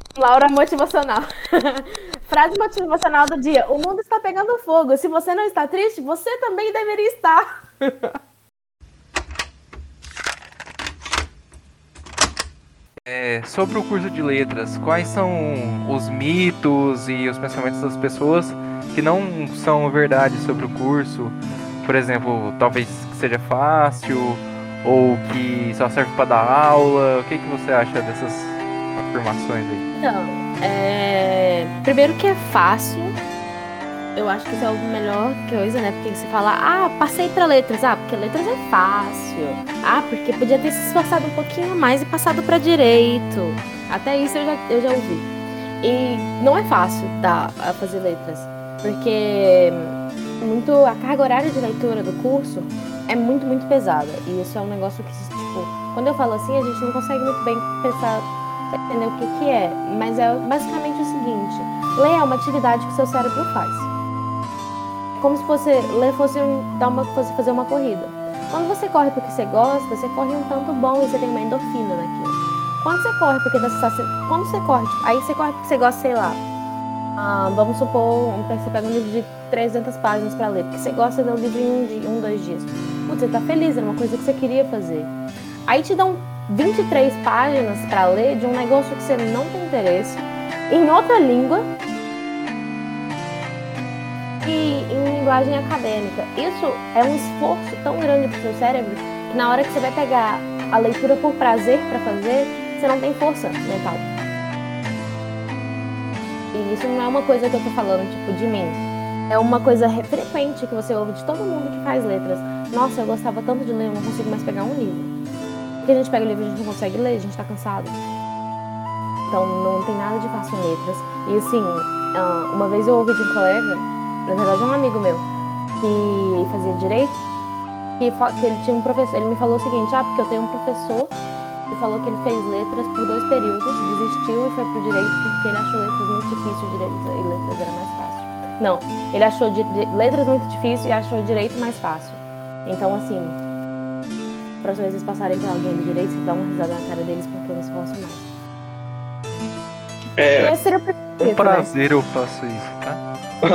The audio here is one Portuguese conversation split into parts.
Laura motivacional. Frase motivacional do dia. O mundo está pegando fogo. Se você não está triste, você também deveria estar. Sobre o curso de letras, quais são os mitos e os pensamentos das pessoas que não são verdade sobre o curso? Por exemplo, talvez que seja fácil ou que só serve para dar aula. O que você acha dessas afirmações aí? Então, primeiro que é fácil. Eu acho que isso é a melhor coisa, né? Porque você fala, passei pra letras. Porque letras é fácil. Porque podia ter se esforçado um pouquinho mais e passado pra direito. Até isso eu já ouvi. E não é fácil a fazer letras. Porque a carga horária de leitura do curso é muito, muito pesada. E isso é um negócio que, tipo, quando eu falo assim, a gente não consegue muito bem pensar, entender o que é. Mas é basicamente o seguinte: ler é uma atividade que o seu cérebro faz. Como se ler fosse fazer uma corrida. Quando você corre porque você gosta, você corre um tanto bom e você tem uma endorfina naquilo. Quando você corre porque aí você corre porque você gosta, sei lá. Vamos supor, você pega um livro de 300 páginas pra ler, porque você gosta de ler o livro em 2 dias. Putz, você tá feliz, era uma coisa que você queria fazer. Aí te dão 23 páginas pra ler de um negócio que você não tem interesse, em outra língua, e em linguagem acadêmica. Isso é um esforço tão grande pro seu cérebro que na hora que você vai pegar a leitura por prazer para fazer, você não tem força mental. E isso não é uma coisa que eu tô falando, tipo, de mim. É uma coisa frequente que você ouve de todo mundo que faz letras. Nossa, eu gostava tanto de ler, eu não consigo mais pegar um livro. Porque a gente pega o livro e a gente não consegue ler, a gente tá cansado. Então não tem nada de fácil em letras. E assim, uma vez eu ouvi de um colega, na verdade um amigo meu, que fazia direito, que ele tinha um professor, ele me falou o seguinte: porque eu tenho um professor que falou que ele fez letras por 2 períodos, desistiu e foi pro direito porque ele achou letras muito difíceis, e letras era mais fácil. Não, ele achou letras muito difícil e achou direito mais fácil. Então assim, para vocês passarem por alguém do direito, você dá uma risada na cara deles porque eu me esforço mais. É Esse seria um prazer, né? Eu faço isso, tá?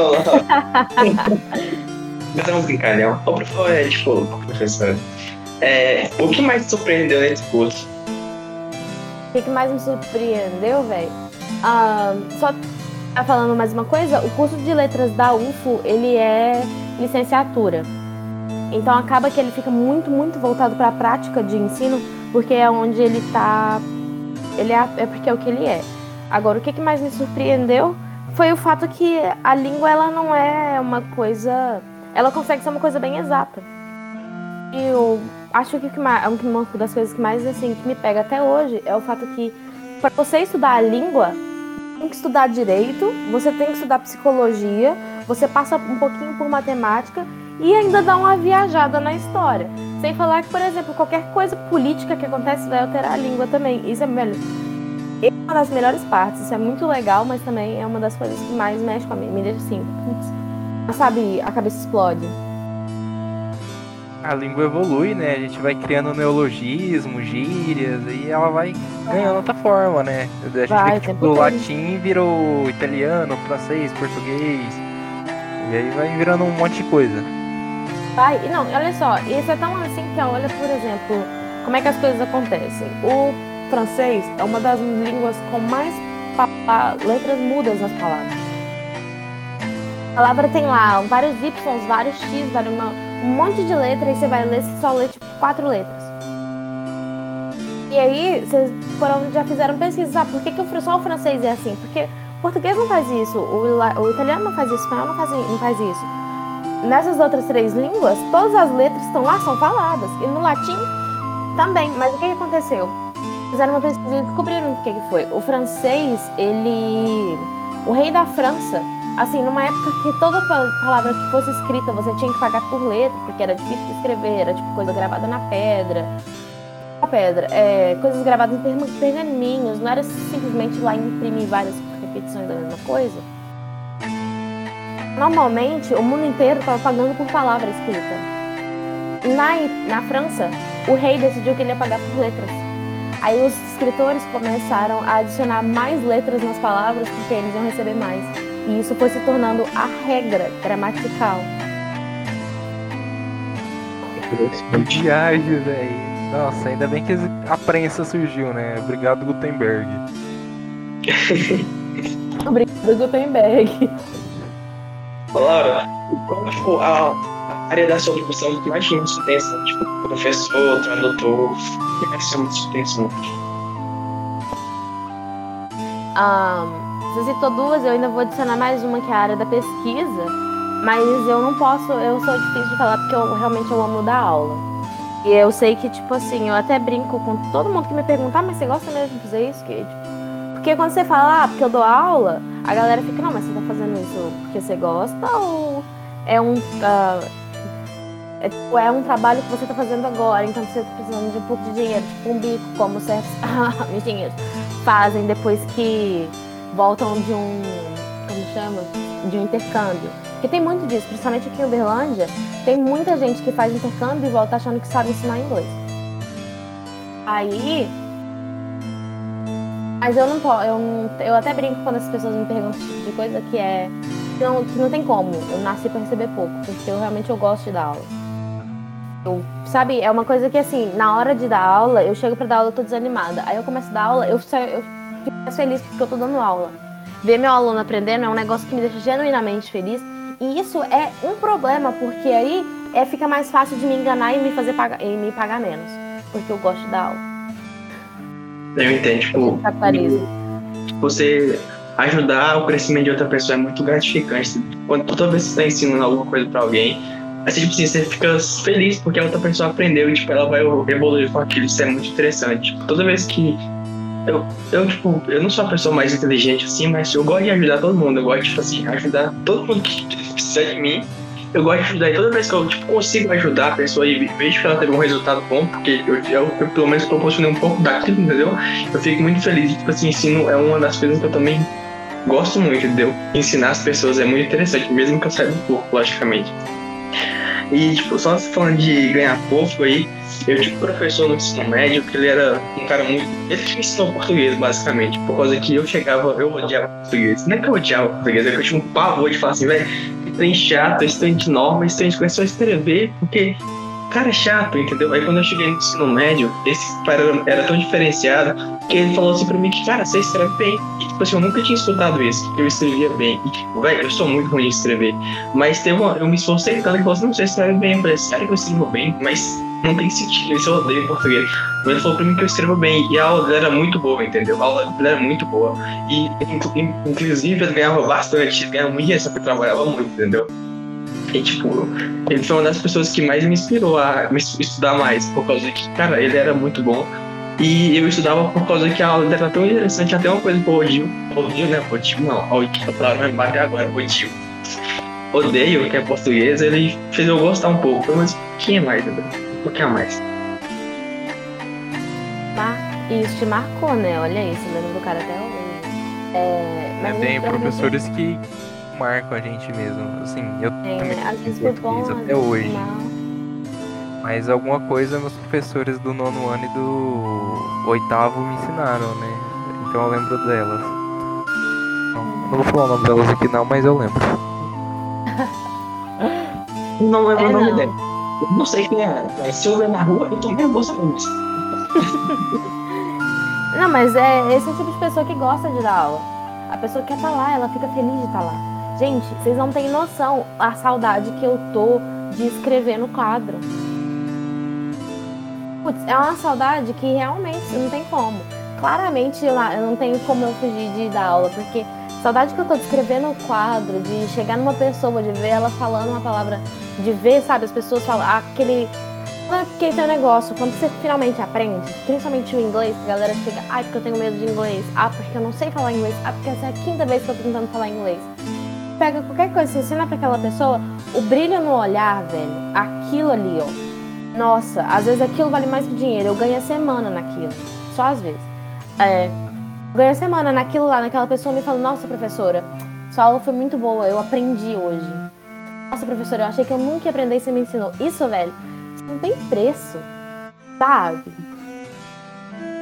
Mas vamos brincar, né? Professor, o que mais te surpreendeu nesse curso? O que mais me surpreendeu, velho? Só falando mais uma coisa, o curso de letras da UFO, ele é licenciatura. Então acaba que ele fica muito, muito voltado para a prática de ensino, porque é onde ele tá. É porque é o que ele é. Agora, o que mais me surpreendeu foi o fato que a língua, ela não é uma coisa... Ela consegue ser uma coisa bem exata. E eu acho que uma das coisas que mais, assim, que me pega até hoje é o fato que, para você estudar a língua, tem que estudar direito, você tem que estudar psicologia, você passa um pouquinho por matemática e ainda dá uma viajada na história. Sem falar que, por exemplo, qualquer coisa política que acontece vai alterar a língua também. Isso é uma das melhores partes. Isso é muito legal, mas também é uma das coisas que mais mexe com a me deixa assim, sabe, a cabeça explode. A língua evolui, né? A gente vai criando neologismos, gírias, e ela vai ganhando outra forma, né? A gente vê que tipo, o latim virou italiano, francês, português, e aí vai virando um monte de coisa. Não, olha só, isso é tão assim que olha, por exemplo, como é que as coisas acontecem. O francês é uma das línguas com mais letras mudas nas palavras. A palavra tem lá vários Y, vários X, um monte de letra, e você vai ler, você só lê tipo 4 letras. E aí, vocês já fizeram pesquisa, por que só o francês é assim? Porque o português não faz isso, o italiano não faz isso, o espanhol não faz isso. Nessas outras 3 línguas, todas as letras que estão lá são faladas. E no latim também. Mas o que aconteceu? Fizeram uma pesquisa e descobriram o que foi. O francês, o rei da França, assim, numa época que toda palavra que fosse escrita você tinha que pagar por letra, porque era difícil de escrever, era tipo coisa gravada na pedra. Coisas gravadas em pergaminhos, não era simplesmente lá imprimir várias repetições da mesma coisa. Normalmente, o mundo inteiro estava pagando por palavra escrita. Na França, o rei decidiu que ele ia pagar por letras. Aí os escritores começaram a adicionar mais letras nas palavras porque eles iam receber mais. E isso foi se tornando a regra gramatical. Que viagem, velho. Nossa, ainda bem que a prensa surgiu, né? Obrigado, Gutenberg. Obrigado, Gutenberg. Laura, qual tipo, a área da sua profissão que mais chama sua atenção? Tipo, professor, tradutor, o que mais chama sua atenção? Você citou duas, eu ainda vou adicionar mais uma, que é a área da pesquisa, mas eu não posso, eu sou difícil de falar porque eu realmente amo dar aula. E eu sei que, tipo assim, eu até brinco com todo mundo que me pergunta, mas você gosta mesmo de fazer isso? Porque quando você fala, porque eu dou aula, a galera fica, não, mas você tá fazendo isso porque você gosta ou é um trabalho que você tá fazendo agora, então você tá precisando de um pouco de dinheiro, tipo um bico, como certos engenheiros fazem depois que voltam de um, como chama? De um intercâmbio. Porque tem muito disso, principalmente aqui em Uberlândia, tem muita gente que faz intercâmbio e volta achando que sabe ensinar inglês. Aí... Mas eu não posso, eu até brinco quando as pessoas me perguntam esse tipo de coisa, que não tem como, eu nasci pra receber pouco, porque eu gosto de dar aula. Sabe, é uma coisa que assim, na hora de dar aula, eu chego pra dar aula, eu tô desanimada. Aí eu começo a dar aula, eu fico mais feliz porque eu tô dando aula. Ver meu aluno aprendendo é um negócio que me deixa genuinamente feliz. E isso é um problema, porque aí fica mais fácil de me enganar e me pagar menos. Porque eu gosto de dar aula. Eu entendo, tipo, você ajudar o crescimento de outra pessoa é muito gratificante. Toda vez que você está ensinando alguma coisa pra alguém, assim, tipo assim, você fica feliz porque a outra pessoa aprendeu e tipo, ela vai evoluir com aquilo. Isso é muito interessante. Tipo, toda vez que eu não sou a pessoa mais inteligente assim, mas eu gosto de ajudar todo mundo. Eu gosto de, tipo assim, ajudar todo mundo que precisa de mim. Eu gosto de ajudar, e toda vez que eu tipo, consigo ajudar a pessoa e vejo que ela teve um resultado bom, porque eu pelo menos proporcionei um pouco daquilo, entendeu? Eu fico muito feliz. Tipo assim, ensino é uma das coisas que eu também gosto muito, entendeu? Ensinar as pessoas é muito interessante, mesmo que eu saiba um pouco, logicamente. E, tipo, só falando de ganhar pouco aí, eu tive um professor no ensino médio que ele era um cara muito... Ele me ensinou português, basicamente, por causa que eu odiava português. Não é que eu odiava português, é que eu tinha um pavor de falar assim, velho, esse trem chato, esse trem de norma, esse trem de começar a escrever, porque cara é chato, entendeu? Aí quando eu cheguei no ensino médio, esse cara era tão diferenciado que ele falou assim pra mim que, cara, você escreve bem. E tipo assim, eu nunca tinha escutado isso, que eu escrevia bem. E tipo, velho, eu sou muito ruim de escrever. Mas eu me esforcei tanto que falou assim, não, você escreve bem. Eu falei, sério que eu escrevo bem? Mas não tem sentido, isso eu odeio em português. Mas ele falou pra mim que eu escrevo bem. E a aula dele era muito boa, entendeu? A aula dele era muito boa. E inclusive ele ganhava bastante, ele ganhava muito, só que eu trabalhava muito, entendeu? E, tipo, ele foi uma das pessoas que mais me inspirou a estudar mais, por causa que, cara, ele era muito bom. E eu estudava por causa que a aula dele era tão interessante, até uma coisa que eu odio, a palavra vai me bater agora, odeio, que é português, ele fez eu gostar um pouco, mas um pouquinho mais, né? Um pouquinho a mais. Isso te marcou, né? Olha isso, lembro do cara até hoje. Tem professores que marcam a gente mesmo, assim, eu também às vezes foi bom, até hoje. Mal. Mas alguma coisa meus professores do 9º ano e do 8º me ensinaram, né? Então eu lembro delas. Não vou falar o nome delas aqui não, mas eu lembro. Não lembro o nome dela. Eu não sei quem é, mas se eu ver na rua, eu também vou saber isso. Não, mas esse é o tipo de pessoa que gosta de dar aula. A pessoa que quer estar lá, ela fica feliz de estar lá. Gente, vocês não têm noção a saudade que eu tô de escrever no quadro. Putz, é uma saudade que realmente não tem como. Claramente eu não tenho como eu fugir de dar aula, porque saudade que eu tô de escrever no quadro, de chegar numa pessoa, de ver ela falando uma palavra, de ver, sabe, as pessoas falam aquele teu negócio, quando você finalmente aprende, principalmente o inglês, a galera chega, porque eu tenho medo de inglês, porque eu não sei falar inglês, porque essa é a 5ª vez que eu tô tentando falar inglês. Pega qualquer coisa, você ensina pra aquela pessoa, o brilho no olhar, velho, aquilo ali, ó. Nossa, às vezes aquilo vale mais que dinheiro, eu ganho a semana naquilo, só às vezes. Ganho a semana naquilo lá, naquela pessoa me fala, nossa, professora, sua aula foi muito boa, eu aprendi hoje. Nossa, professora, eu achei que eu nunca ia aprender e você me ensinou. Isso, velho, não tem preço, sabe?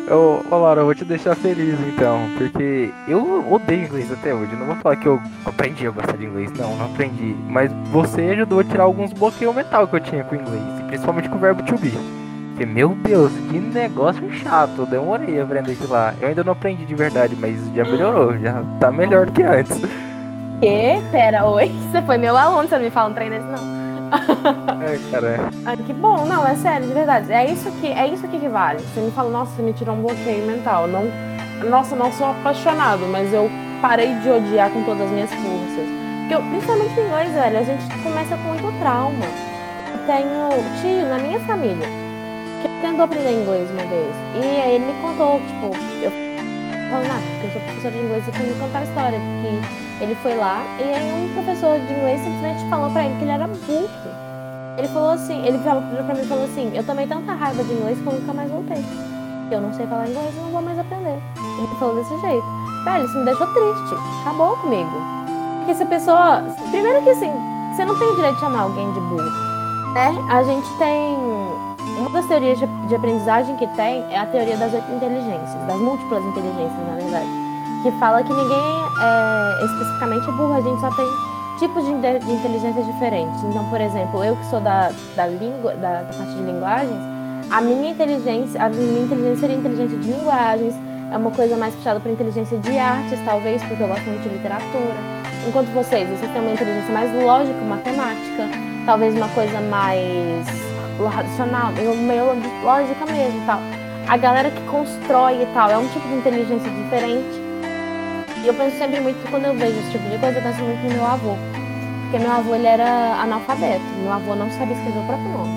Ô, Laura, eu vou te deixar feliz então, porque eu odeio inglês até hoje. Eu não vou falar que eu aprendi a gostar de inglês, não aprendi. Mas você ajudou a tirar alguns bloqueios mental que eu tinha com o inglês, e principalmente com o verbo to be. Porque, meu Deus, que negócio chato, eu demorei a aprender aquilo lá. Eu ainda não aprendi de verdade, mas já melhorou, já tá melhor do que antes. Que? Pera, oi? Você foi meu aluno, você não me fala um trem desse, não. Cara. Ah, que bom, não, é sério, de verdade. É isso que vale. Você me fala, nossa, você me tirou um bloqueio mental. Não, nossa, não sou apaixonado, mas eu parei de odiar com todas as minhas forças. Porque, principalmente em inglês, velho, a gente começa com muito trauma. Eu tenho tio na minha família que tentou aprender inglês uma vez. E aí ele me contou, tipo, eu falando, porque eu sou professora de inglês, eu tenho que contar a história. Que ele foi lá e aí um professor de inglês simplesmente falou pra ele que ele era burro. Ele falou assim, ele virou pra mim e falou assim, eu tomei tanta raiva de inglês que eu nunca mais voltei. Eu não sei falar inglês, eu não vou mais aprender. Ele falou desse jeito. Velho, isso me deixou triste. Acabou comigo. Porque essa pessoa... Primeiro que assim, você não tem o direito de chamar alguém de burro, né? A gente tem... Uma das teorias de aprendizagem que tem é a teoria das 8 inteligências. Das múltiplas inteligências, na verdade. Que fala que ninguém é especificamente burro, a gente só tem tipos de inteligências diferentes. Então, por exemplo, eu que sou da parte de linguagens, a minha inteligência seria inteligência de linguagens, é uma coisa mais puxada para inteligência de artes, talvez, porque eu gosto muito de literatura. Enquanto vocês têm uma inteligência mais lógica, matemática, talvez uma coisa mais racional, meio lógica mesmo e tal. A galera que constrói e tal, é um tipo de inteligência diferente. E eu penso sempre muito, quando eu vejo esse tipo de coisa, eu penso muito no meu avô. Porque meu avô, ele era analfabeto. Meu avô não sabia escrever o próprio nome.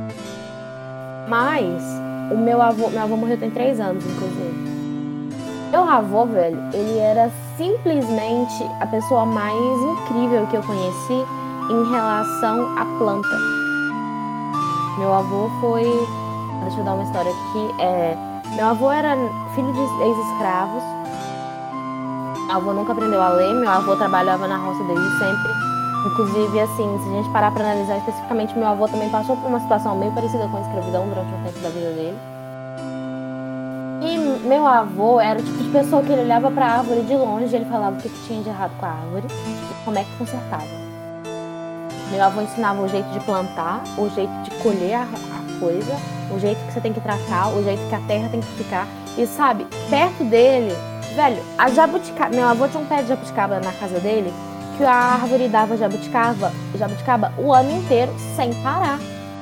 Mas, meu avô morreu tem 3 anos, inclusive. Meu avô, velho, ele era simplesmente a pessoa mais incrível que eu conheci em relação à planta. Meu avô foi... Deixa eu dar uma história aqui. Meu avô era filho de ex-escravos. Meu avô nunca aprendeu a ler, meu avô trabalhava na roça desde sempre. Inclusive, assim, se a gente parar pra analisar especificamente, meu avô também passou por uma situação meio parecida com a escravidão durante um tempo da vida dele. E meu avô era o tipo de pessoa que ele olhava pra árvore de longe e ele falava o que tinha de errado com a árvore e como é que consertava. Meu avô ensinava o jeito de plantar, o jeito de colher a coisa, o jeito que você tem que tratar, o jeito que a terra tem que ficar. E sabe, perto dele... Velho, a jabuticaba... Meu avô tinha um pé de jabuticaba na casa dele que a árvore dava jabuticaba o ano inteiro sem parar.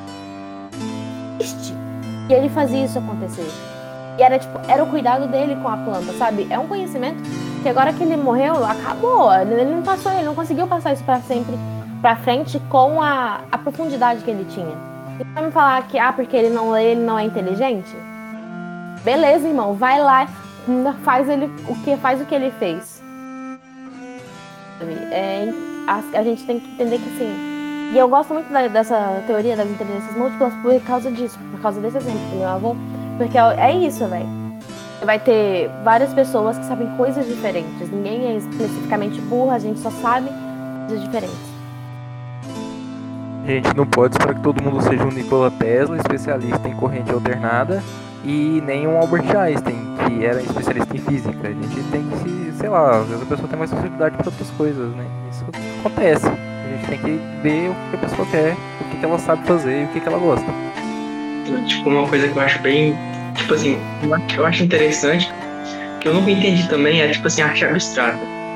E ele fazia isso acontecer. E era o cuidado dele com a planta, sabe? É um conhecimento que agora que ele morreu, acabou. Ele não conseguiu passar isso pra sempre, pra frente com a profundidade que ele tinha. E vai me falar que, porque ele não lê, ele não é inteligente? Beleza, irmão, vai lá. Faz o que ele fez. A gente tem que entender que assim. E eu gosto muito dessa teoria das inteligências múltiplas por causa disso, por causa desse exemplo do meu avô. Porque é isso, velho. Vai ter várias pessoas que sabem coisas diferentes. Ninguém é especificamente burro, a gente só sabe coisas diferentes. A gente não pode esperar que todo mundo seja um Nikola Tesla, especialista em corrente alternada, e nem um Albert Einstein, que era especialista em física. A gente tem que, sei lá, às vezes a pessoa tem mais sensibilidade para outras coisas, né? Isso acontece. A gente tem que ver o que a pessoa quer, o que ela sabe fazer e o que ela gosta. Tipo, uma coisa que eu acho bem... Tipo assim, eu acho interessante, que eu nunca entendi também, é tipo assim, arte abstrata.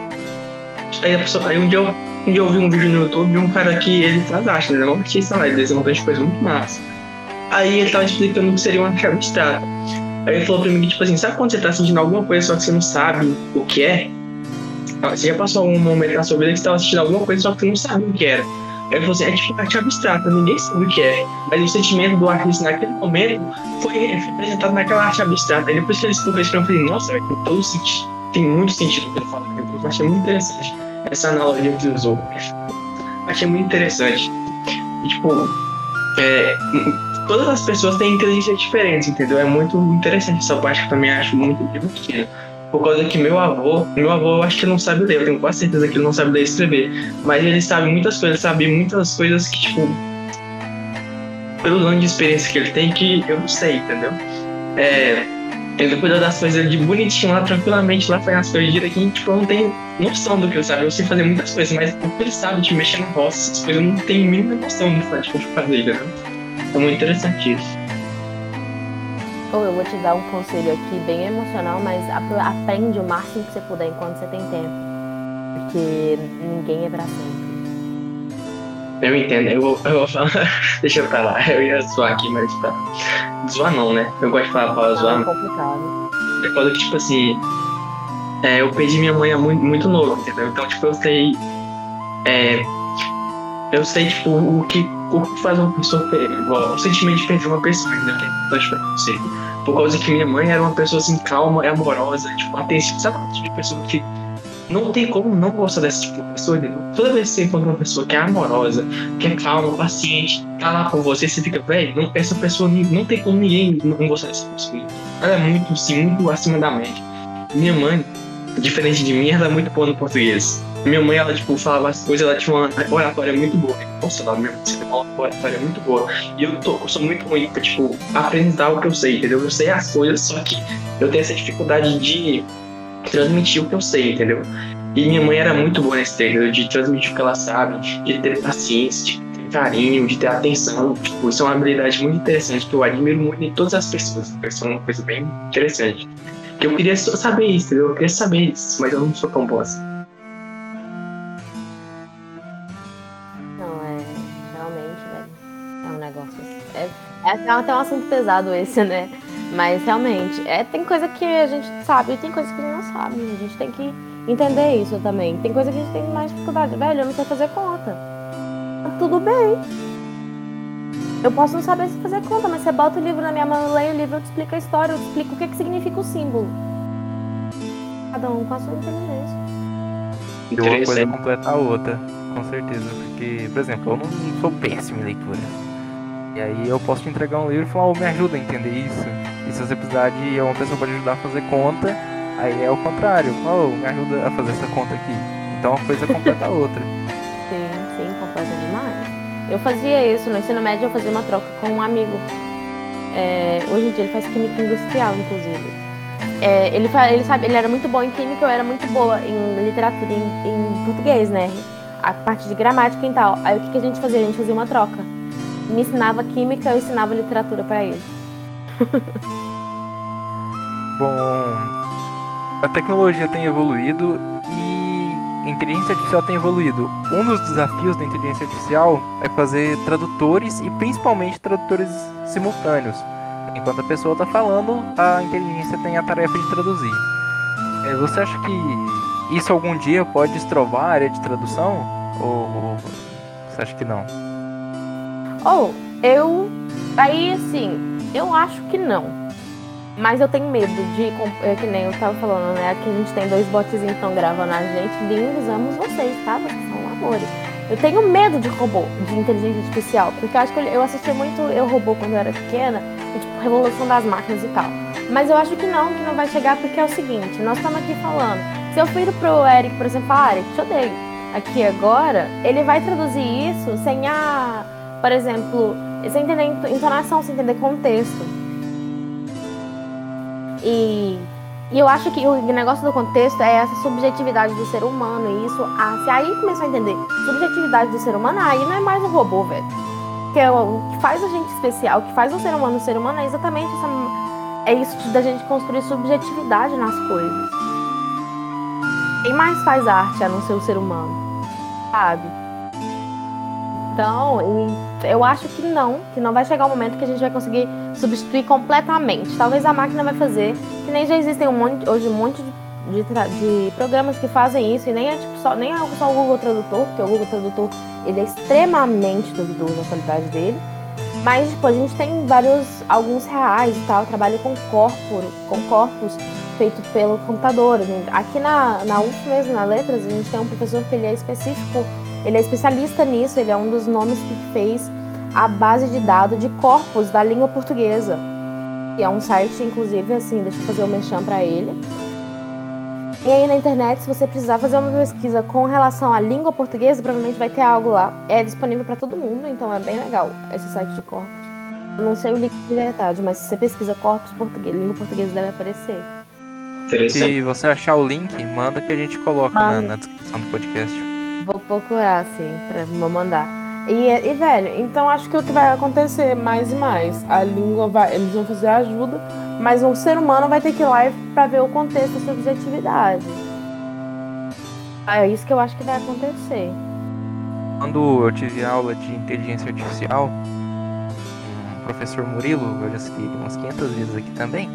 Aí um dia eu vi um vídeo no YouTube de um cara que ele faz arte, né? Ele é um artista lá, ele desenha um monte de coisa muito massa. Aí ele tava explicando o que seria uma arte abstrata. Aí ele falou pra mim que, tipo assim, sabe quando você tá sentindo alguma coisa só que você não sabe o que é? Você já passou algum momento na sua vida que você tava sentindo alguma coisa só que você não sabe o que era. Aí ele falou assim, é tipo arte abstrata, ninguém sabe o que é. Mas o sentimento do artista naquele momento foi representado naquela arte abstrata. Aí depois que ele explicou isso pra mim, eu falei, nossa, tem muito sentido o que ele fala. Eu achei muito interessante essa analogia que ele usou. Eu achei muito interessante. E, tipo, todas as pessoas têm inteligência diferente, entendeu? É muito interessante essa parte que eu também acho muito divertida. Por causa que meu avô, eu acho que não sabe ler, eu tenho quase certeza que ele não sabe ler e escrever. Mas ele sabe muitas coisas que, tipo, pelo ano de experiência que ele tem, que eu não sei, entendeu? Ele cuida das coisas de bonitinho lá, tranquilamente, lá faz as coisas direitinho, tipo, eu não tenho noção do que eu sabe. Eu sei fazer muitas coisas, mas o que ele sabe de mexer na roça, essas coisas, eu não tenho a mínima noção do que eu fazer, né? É muito interessante isso. Eu vou te dar um conselho aqui bem emocional, mas aprende o máximo que você puder enquanto você tem tempo. Porque ninguém é pra sempre. Eu entendo, eu vou falar. Deixa eu falar, eu ia zoar aqui, mas tá. Zoar não, né? Eu gosto de falar pra zoar. É complicado. É quando que, tipo assim, eu perdi minha mãe muito, muito novo, entendeu? Então, tipo, eu sei, tipo, o que faz uma pessoa o sentimento de perder uma pessoa, entendeu? Que é importante pra você. Por causa que minha mãe era uma pessoa assim, calma e amorosa, tipo, atenção, sabe o tipo de pessoa que não tem como não gostar desse tipo de pessoa, entendeu? Toda vez que você encontra uma pessoa que é amorosa, que é calma, paciente, tá lá com você, você fica, velho, essa pessoa não tem como ninguém não gostar dessa pessoa. Ela é muito, assim, muito acima da média. Minha mãe, diferente de mim, ela é muito boa no português. Minha mãe, ela, tipo, falava as coisas, ela tinha uma oratória muito boa. Nossa, ela mesmo, você tem uma oratória muito boa. E eu sou muito ruim pra, tipo, apresentar o que eu sei, entendeu? Eu sei as coisas, só que eu tenho essa dificuldade de transmitir o que eu sei, entendeu? E minha mãe era muito boa nesse treino, de transmitir o que ela sabe, de ter paciência, de ter carinho, de ter atenção. Tipo, isso é uma habilidade muito interessante que eu admiro muito em todas as pessoas. Isso é uma coisa bem interessante. Que eu queria saber isso, entendeu? Eu queria saber isso, mas eu não sou tão boa assim. Não, realmente, velho, é um negócio. É até um assunto pesado esse, né? Mas realmente, tem coisa que a gente sabe e tem coisa que a gente não sabe. A gente tem que entender isso também. Tem coisa que a gente tem mais dificuldade. Velho, eu não sei fazer conta. Tudo bem. Eu posso não saber fazer conta, mas você bota o livro na minha mão, eu leio o livro, eu te explico a história, eu te explico o que significa o símbolo. Cada um com a sua inteligência. E uma coisa completa a outra, com certeza. Porque, por exemplo, eu não sou péssimo em leitura. E aí eu posso te entregar um livro e falar, me ajuda a entender isso. E se você precisar de uma pessoa para te ajudar a fazer conta, aí é o contrário. Me ajuda a fazer essa conta aqui. Então uma coisa completa a outra. Sim, completa demais. Eu fazia isso, no ensino médio eu fazia uma troca com um amigo. Hoje em dia ele faz química industrial, inclusive. Ele era muito bom em química, eu era muito boa em literatura, em português, né? A parte de gramática e tal. Aí o que a gente fazia? A gente fazia uma troca. Me ensinava química, eu ensinava literatura pra ele. Bom, a tecnologia tem evoluído e a inteligência artificial tem evoluído. Um dos desafios da inteligência artificial é fazer tradutores e principalmente tradutores simultâneos. Enquanto a pessoa está falando, a inteligência tem a tarefa de traduzir. Você acha que isso algum dia pode destrovar a área de tradução? Ou você acha que não? Eu acho que não. Mas eu tenho medo que nem eu tava falando, né? Aqui a gente tem 2 botzinhos que estão gravando a gente. Lindos, amo vocês, tá? Vocês são amores. Eu tenho medo de robô, de inteligência artificial. Porque eu acho que eu assisti muito Eu, Robô quando eu era pequena. E, tipo, Revolução das Máquinas e tal. Mas eu acho que não vai chegar porque é o seguinte. Nós estamos aqui falando. Se eu viro pro Eric, por exemplo, falar, Eric, te odeio. Aqui agora, ele vai traduzir isso sem por exemplo, sem entender entonação, sem entender contexto. E eu acho que o negócio do contexto é essa subjetividade do ser humano. E isso, se aí começar a entender subjetividade do ser humano, aí não é mais um robô, velho. Porque o que faz a gente especial, o que faz o ser humano é exatamente isso da gente construir subjetividade nas coisas. Quem mais faz arte a não ser o ser humano? Sabe? Então, eu acho que não vai chegar um momento que a gente vai conseguir substituir completamente. Talvez a máquina vai fazer, que nem já existem hoje um monte de programas que fazem isso, e nem é só o Google Tradutor, porque o Google Tradutor ele é extremamente duvidoso na qualidade dele. Mas tipo, a gente tem alguns reais e tal, trabalha com corpos feito pelo computador. Aqui na UF mesmo, na Letras, a gente tem um professor que ele é específico. Ele é especialista nisso, ele é um dos nomes que fez a base de dados de corpos da língua portuguesa. E é um site, inclusive, assim, deixa eu fazer o merchan pra ele. E aí na internet, se você precisar fazer uma pesquisa com relação à língua portuguesa, provavelmente vai ter algo lá. É disponível para todo mundo, então é bem legal esse site de corpos. Eu não sei o link de verdade, mas se você pesquisa corpos português, língua portuguesa deve aparecer. Se você achar o link, manda que a gente coloca na descrição do podcast. Vou procurar, assim, vou mandar. E, velho, então acho que o que vai acontecer mais e mais, a língua eles vão fazer ajuda, mas o ser humano vai ter que ir lá pra ver o contexto, a sua objetividade. É isso que eu acho que vai acontecer. Quando eu tive aula de inteligência artificial, o professor Murilo, eu já citei ele umas 500 vezes aqui também,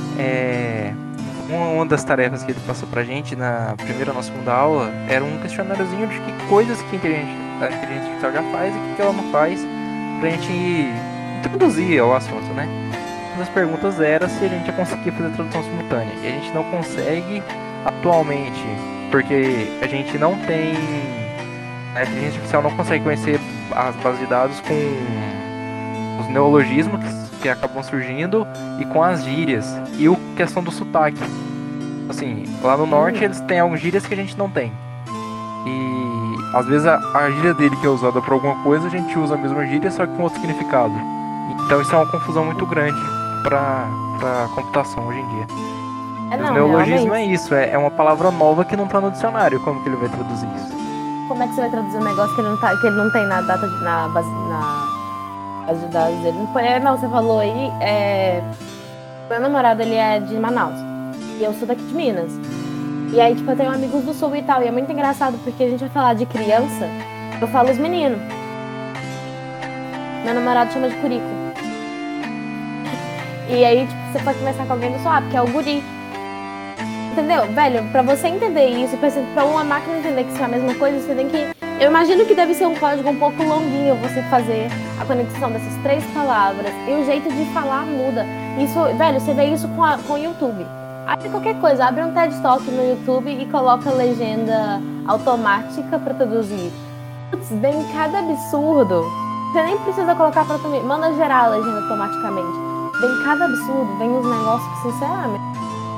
uma das tarefas que ele passou pra gente na primeira ou na segunda aula era um questionáriozinho de que coisas que a inteligência artificial já faz e o que ela não faz, pra gente introduzir ao assunto, né? Uma das perguntas era se a gente ia conseguir fazer tradução simultânea, e a gente não consegue atualmente, porque a gente não tem... A inteligência artificial não consegue conhecer as bases de dados com os neologismos que acabam surgindo e com as gírias e a questão do sotaque. Assim, lá no norte eles têm algumas gírias que a gente não tem. E às vezes a gíria dele que é usada para alguma coisa, a gente usa a mesma gíria, só que com outro significado. Então isso é uma confusão muito grande para computação hoje em dia. O neologismo realmente é isso, é uma palavra nova que não tá no dicionário. Como que ele vai traduzir isso? Como é que você vai traduzir um negócio que ele não tem na base de dados dele? Não, você falou aí, meu namorado, ele é de Manaus, e eu sou daqui de Minas. E aí, tipo, eu tenho amigos do Sul e tal, e é muito engraçado, porque a gente vai falar de criança, eu falo os meninos. Meu namorado chama de curico. E aí, tipo, você pode conversar com alguém do Sul, porque é o guri. Entendeu? Velho, pra você entender isso, pra uma máquina entender que isso é a mesma coisa, você tem que... Eu imagino que deve ser um código um pouco longuinho você fazer a conexão dessas 3 palavras. E o jeito de falar muda. Isso, velho, você vê isso com o YouTube. Abre qualquer coisa, abre um TED Talk no YouTube e coloca legenda automática pra traduzir. Putz, vem cada absurdo. Você nem precisa colocar pra traduzir. Manda gerar a legenda automaticamente. Vem cada absurdo, vem uns negócios que, sinceramente...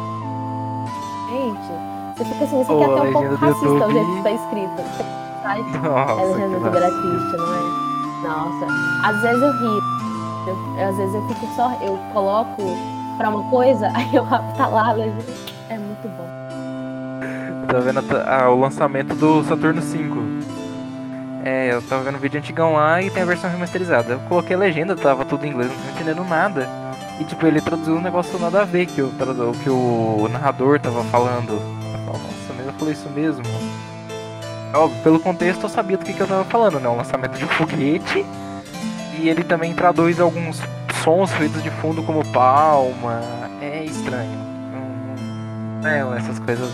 Gente, você fica assim, você quer até um pouco racista o jeito que tá escrito. Nossa, é legenda do Vera triste, não é? Nossa, às vezes eu rio. Às vezes eu fico só, eu coloco pra uma coisa, aí eu tá lá a legenda. É muito bom. Tá vendo o lançamento do Saturno 5. Eu tava vendo um vídeo antigão lá e tem a versão remasterizada. Eu coloquei a legenda, tava tudo em inglês, não tava entendendo nada. E tipo, ele traduziu um negócio nada a ver que o narrador tava falando. Nossa, mas eu falei isso mesmo. Óbvio, pelo contexto eu sabia do que eu tava falando, né? O lançamento de um foguete. E ele também traduz alguns sons feitos de fundo como palma. É estranho. Não é essas coisas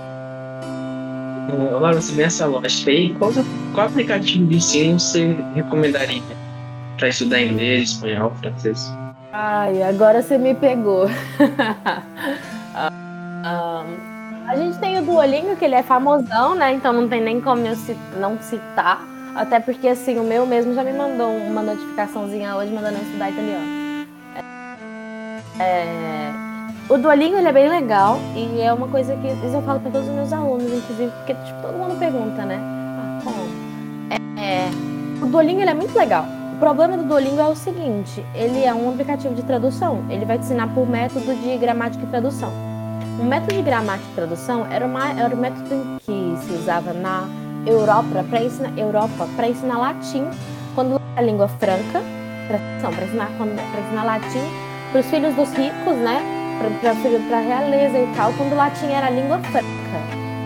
não. Olá, você vê essa lógica aí. Qual aplicativo de ensino você recomendaria para estudar inglês, espanhol, francês? Ai, agora você me pegou. A gente tem o Duolingo, que ele é famosão, né? Então não tem nem como eu não citar. Até porque, assim, o meu mesmo já me mandou uma notificaçãozinha hoje mandando eu estudar italiano. O Duolingo, ele é bem legal. E é uma coisa que eu falo para todos os meus alunos, inclusive, porque tipo, todo mundo pergunta, né? Como? O Duolingo, ele é muito legal. O problema do Duolingo é o seguinte, ele é um aplicativo de tradução, ele vai te ensinar por método de gramática e tradução. O método de gramática e tradução era o método que se usava na Europa para ensinar latim, quando a língua franca, para ensinar latim para os filhos dos ricos, né, para a realeza e tal, quando o latim era a língua franca.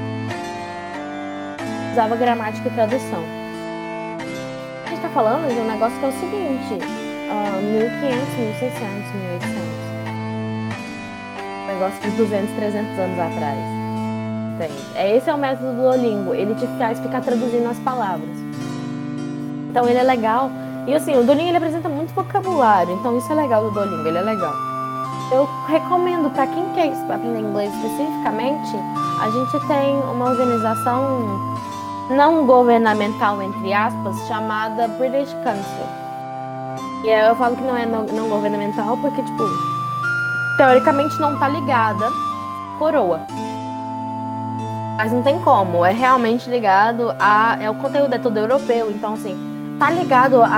Usava gramática e tradução. A gente está falando de um negócio que é o seguinte, 1500, 1600, 1800. Um negócio de 200, 300 anos atrás. Entende? Esse é o método do Duolingo, ele te faz ficar traduzindo as palavras. Então ele é legal. E assim, o Duolingo ele apresenta muito vocabulário, então isso é legal do Duolingo, ele é legal. Eu recomendo para quem quer aprender inglês especificamente, a gente tem uma organização não governamental, entre aspas, chamada British Council. E eu falo que não é não governamental porque, tipo, teoricamente não tá ligada à coroa. Mas não tem como, é realmente ligado o conteúdo é todo europeu, então assim, tá ligado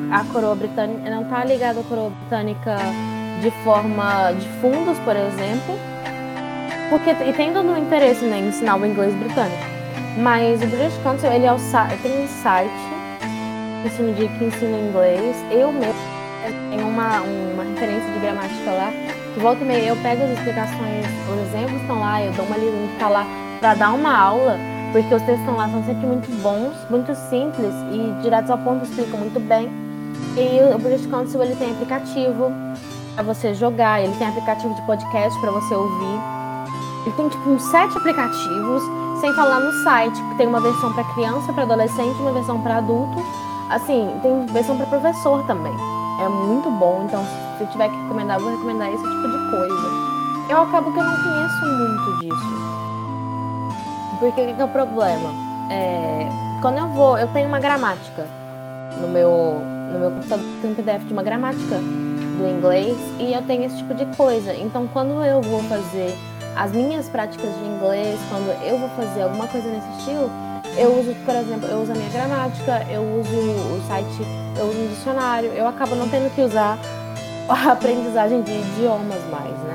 a coroa britânica, não tá ligado à coroa britânica de forma de fundos, por exemplo, porque e tem todo um interesse, né, em ensinar o inglês britânico. Mas o British Council, ele tem um site que ensina inglês. Eu mesmo tenho uma referência de gramática lá, que volta e meia eu pego as explicações, os exemplos estão lá, eu dou uma lida no que tá lá para dar uma aula, porque os textos estão lá, são sempre muito bons, muito simples e diretos ao ponto, explicam muito bem. E o British Council, ele tem aplicativo para você jogar, ele tem aplicativo de podcast para você ouvir. Ele tem tipo uns 7 aplicativos, sem falar no site, que tem uma versão para criança, para adolescente, uma versão para adulto. Assim, tem versão para professor também. É muito bom, então se eu tiver que recomendar, eu vou recomendar esse tipo de coisa. Eu acabo que eu não conheço muito disso. Porque o que é o problema? Quando eu tenho uma gramática no meu computador, tem um PDF de uma gramática do inglês e eu tenho esse tipo de coisa. Então quando eu vou fazer as minhas práticas de inglês, quando eu vou fazer alguma coisa nesse estilo, eu uso, por exemplo, eu uso a minha gramática, eu uso o site, eu uso um dicionário, eu acabo não tendo que usar a aprendizagem de idiomas mais, né?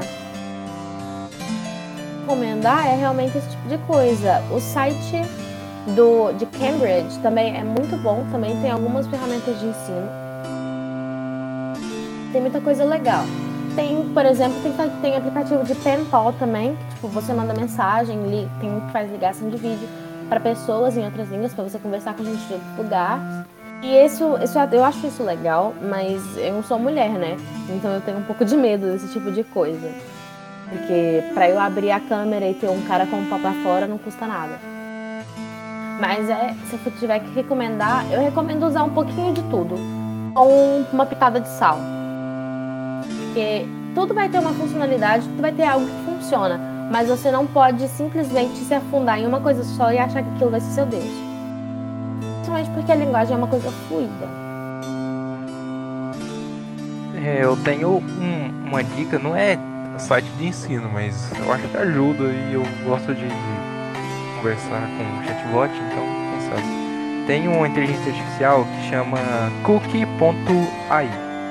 Recomendar é realmente esse tipo de coisa. O site de Cambridge também é muito bom, também tem algumas ferramentas de ensino. Tem muita coisa legal. Tem, por exemplo, tem aplicativo de pen pal também, que tipo, você manda mensagem, tem um que faz ligação de vídeo para pessoas em outras línguas, para você conversar com gente de outro lugar. E eu acho isso legal, mas eu não sou mulher, né? Então eu tenho um pouco de medo desse tipo de coisa. Porque para eu abrir a câmera e ter um cara com o pau pra fora não custa nada. Mas se eu tiver que recomendar, eu recomendo usar um pouquinho de tudo, com uma pitada de sal. Porque tudo vai ter uma funcionalidade, tudo vai ter algo que funciona, mas você não pode simplesmente se afundar em uma coisa só e achar que aquilo vai ser seu Deus. Principalmente porque a linguagem é uma coisa fluida. Eu tenho uma dica, não é site de ensino, mas eu acho que ajuda e eu gosto de conversar com o chatbot, então quem sabe. Tem uma inteligência artificial que chama Cookie.ai.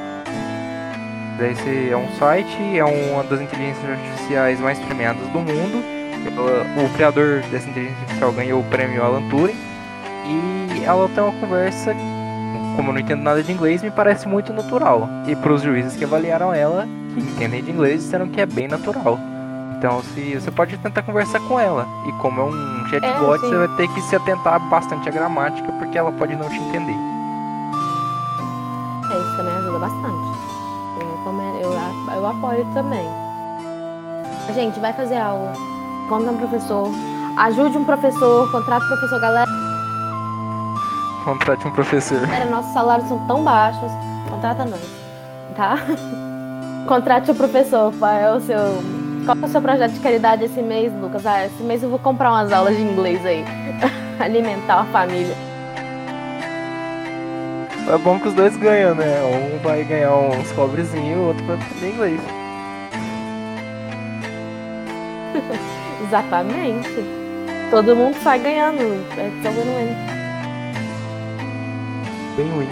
Esse é um site, é uma das inteligências artificiais mais premiadas do mundo. O criador dessa inteligência artificial ganhou o prêmio Alan Turing. E ela tem uma conversa, como eu não entendo nada de inglês, me parece muito natural. E para os juízes que avaliaram ela, que entendem de inglês, disseram que é bem natural. Então você pode tentar conversar com ela. E como é um chatbot, você vai ter que se atentar bastante à gramática, porque ela pode não te entender. Isso também ajuda bastante. Eu apoio também. Gente, vai fazer aula. Conta um professor. Ajude um professor. Contrate um professor, galera. Contrate um professor. Nossos salários são tão baixos. Contrata nós, tá? Contrate um professor. Qual é o seu projeto de caridade esse mês, Lucas? Esse mês eu vou comprar umas aulas de inglês aí. Alimentar a família. É bom que os dois ganham, né? Um vai ganhar uns cobrezinhos e o outro vai aprender inglês. Exatamente. Todo mundo sai ganhando. É só win-win. Win-win.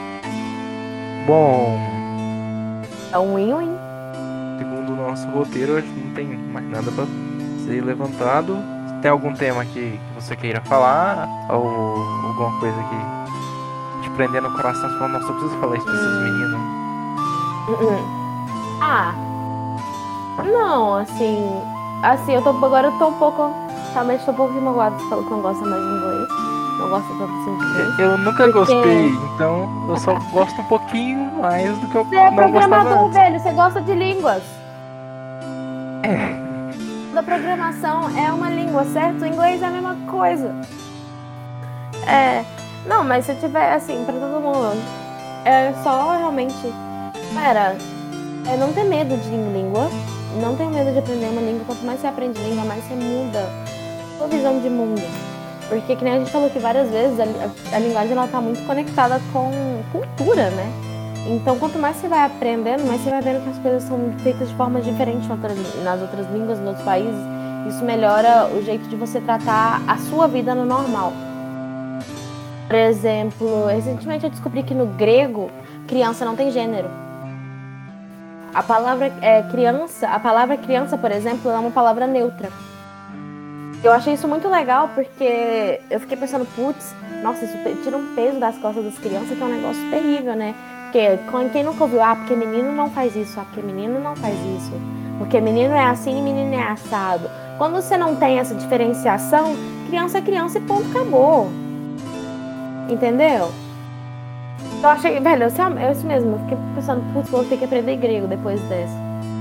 Bom, É um win-win. segundo o nosso roteiro, acho que não tem mais nada pra ser levantado. Tem algum tema que você queira falar? Ou alguma coisa que te prender no coração? Você fala, nossa, eu preciso falar isso pra esses meninos. Não, assim, agora eu tô um pouco, realmente tô um pouco magoada. Você falou que não gosta mais de inglês. Não gosta tanto assim de inglês. Eu nunca gostei, então eu só gosto um pouquinho mais do que eu Você é não gostava programador, antes. velho, você gosta de línguas. Toda programação é uma língua, certo? O inglês é a mesma coisa. Não, mas se tiver, assim, pra todo mundo, é só realmente, não ter medo de língua, não ter medo de aprender uma língua. Quanto mais você aprende língua, mais você muda a sua visão de mundo. Porque, que nem a gente falou aqui várias vezes, a linguagem ela tá muito conectada com cultura, né? Então, quanto mais você vai aprendendo, mais você vai vendo que as coisas são feitas de forma diferente nas outras línguas, nos outros países. Isso melhora o jeito de você tratar a sua vida no normal. Por exemplo, recentemente eu descobri que no grego, criança não tem gênero. A palavra criança, por exemplo, é uma palavra neutra. Eu achei isso muito legal porque eu fiquei pensando, putz, nossa, isso tira um peso das costas das crianças, que é um negócio terrível, né? Porque quem nunca ouviu, porque menino não faz isso, porque menino não faz isso, porque menino é assim e menino é assado. Quando você não tem essa diferenciação, criança é criança e ponto, acabou. Entendeu? Eu achei, velho, é isso mesmo. Eu fiquei pensando, putz, vou ter que aprender grego depois dessa.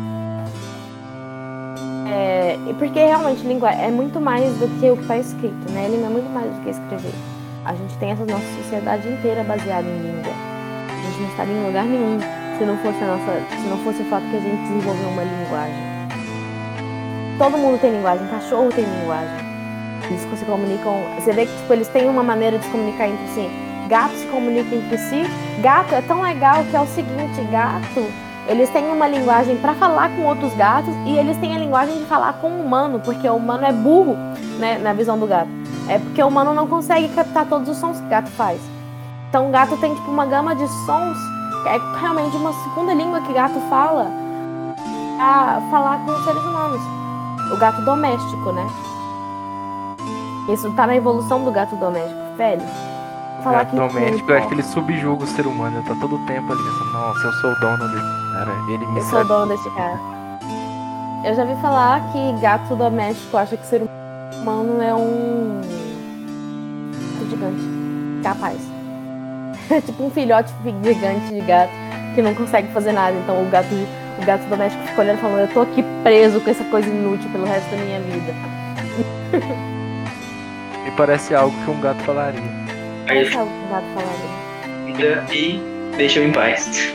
Porque realmente língua é muito mais do que o que está escrito, né? Língua é muito mais do que escrever. A gente tem essa nossa sociedade inteira baseada em língua. A gente não estaria em lugar nenhum se não fosse o fato que a gente desenvolveu uma linguagem. Todo mundo tem linguagem, cachorro tem linguagem. Eles se comunicam. Você vê que tipo, eles têm uma maneira de se comunicar entre si. Gato se comunica entre si. Gato é tão legal que é o seguinte, gato, eles têm uma linguagem para falar com outros gatos e eles têm a linguagem de falar com o humano, porque o humano é burro, né, na visão do gato. É porque o humano não consegue captar todos os sons que o gato faz. Então o gato tem tipo uma gama de sons, é realmente uma segunda língua que o gato fala a falar com os seres humanos. O gato doméstico, né? Isso tá na evolução do gato doméstico, velho. O gato doméstico, eu acho que ele subjuga o ser humano. Ele tá todo o tempo ali pensando, nossa, eu sou o dono dele. Cara, ele me Eu sou o dono desse cara. Eu já vi falar que gato doméstico acha que ser humano é um gigante. Capaz. É tipo um filhote gigante de gato que não consegue fazer nada. Então o gato doméstico fica olhando e falando, eu tô aqui preso com essa coisa inútil pelo resto da minha vida. Me parece algo que um gato falaria. Parece algo que um gato falaria. E deixa eu em paz.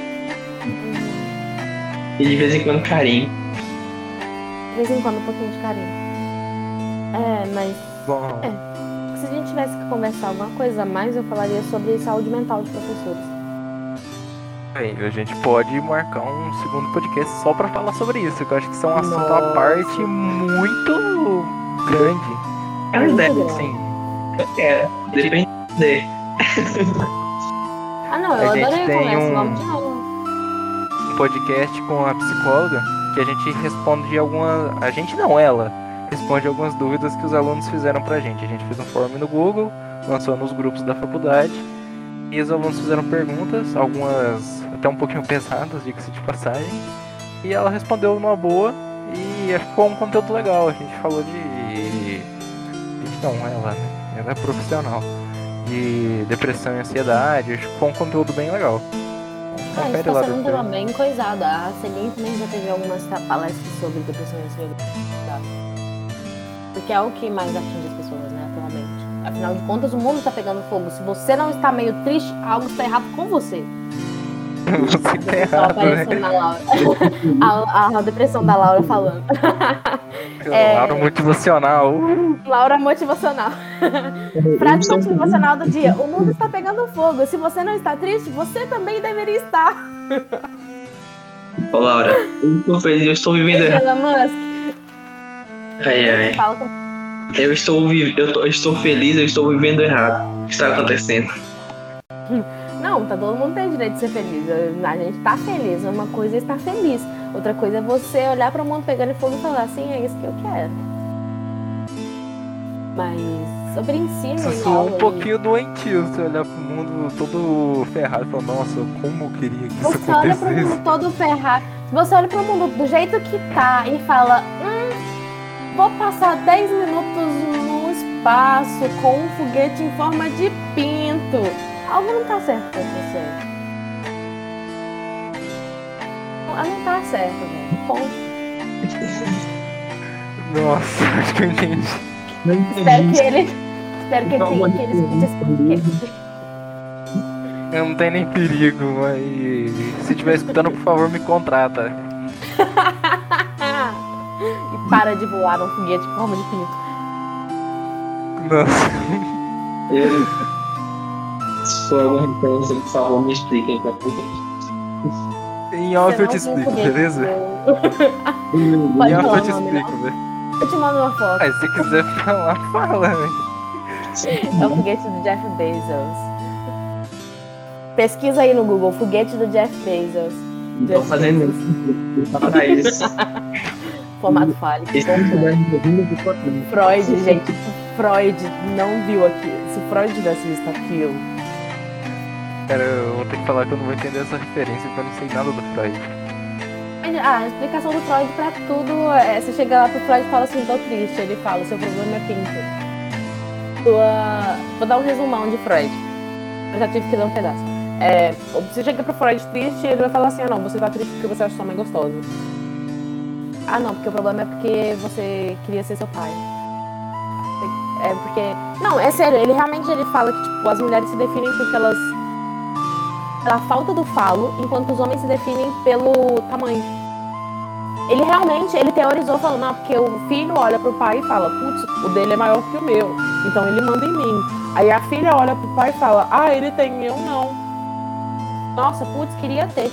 E de vez em quando carinho. De vez em quando um pouquinho de carinho. Mas... Bom. Se a gente tivesse que conversar alguma coisa a mais, eu falaria sobre saúde mental de professores. Bem, a gente pode marcar um segundo podcast só pra falar sobre isso, que eu acho que isso é um assunto à parte muito grande. É uma ideia, sim. Depende. Não, eu adorei a conversa, vamos de novo. Um podcast com a psicóloga que a gente responde algumas... A gente não, ela responde algumas dúvidas que os alunos fizeram pra gente. A gente fez um fórum no Google, lançou nos grupos da faculdade e os alunos fizeram perguntas, algumas até um pouquinho pesadas, diga-se de passagem, e ela respondeu numa boa e ficou um conteúdo legal. A gente falou ela é profissional, de depressão e ansiedade. Acho que ficou um conteúdo bem legal. Isso tá sendo um tema bem coisado. A Celine também já teve algumas palestras sobre depressão e ansiedade. Porque é o que mais atinge as pessoas, né, atualmente. Afinal de contas, o mundo tá pegando fogo. Se você não está meio triste, algo está errado com você. Você tá errado, né? Na Laura. a depressão da Laura falando. Laura motivacional. Laura motivacional. Frase motivacional do dia. O mundo está pegando fogo. Se você não está triste, você também deveria estar. Ô, Laura, eu estou vivendo errado. Elon Musk. Eu estou feliz, eu estou vivendo errado. O que está acontecendo? Não, todo mundo tem direito de ser feliz. A gente tá feliz. Uma coisa é estar feliz. Outra coisa é você olhar para o mundo pegando fogo e falar assim, é isso que eu quero. Mas sobre ensino... Você soa um pouquinho doentio, você olhar pro mundo todo ferrado e falar, nossa, como eu queria que isso acontecesse. Você olha pro mundo todo ferrado. Se você olha pro mundo do jeito que tá e fala, vou passar 10 minutos no espaço com um foguete em forma de pinto. Algo não tá certo com você. Não tá certo, velho. Ponto. Nossa, acho que eu entendi. Espero que ele escute esse podcast. Eu não tenho nem perigo, mas se estiver escutando, por favor, me contrata. E para de voar um foguete em forma de pinto. Nossa. Se for alguma referência, por favor, me expliquem. Em off eu te explico, beleza? Em off eu te explico, velho. Eu te mando uma foto. Se quiser falar, fala, velho. É o foguete do Jeff Bezos. Pesquisa aí no Google, foguete do Jeff Bezos. Tô fazendo isso. Formato fálico. Freud, gente. Freud não viu aqui. Se Freud tivesse visto aquilo. Cara, eu vou ter que falar que eu não vou entender essa referência, porque eu não sei nada do Freud. A explicação do Freud pra tudo é: você chega lá pro Freud e fala assim, tô triste. Ele fala, seu problema é pinto. Vou dar um resumão de Freud. Eu já tive que dar um pedaço. Você chega pro Freud triste, ele vai falar assim, não, você tá triste porque você acha sua mãe gostosa. Ah, não, porque o problema é porque você queria ser seu pai. É porque... Não, é sério, ele realmente fala que tipo, as mulheres se definem porque elas... pela falta do falo, enquanto os homens se definem pelo tamanho. Ele teorizou falando, não, porque o filho olha pro pai e fala, putz, o dele é maior que o meu, então ele manda em mim. Aí a filha olha pro pai e fala, ah, ele tem, eu não. Nossa, putz, queria ter.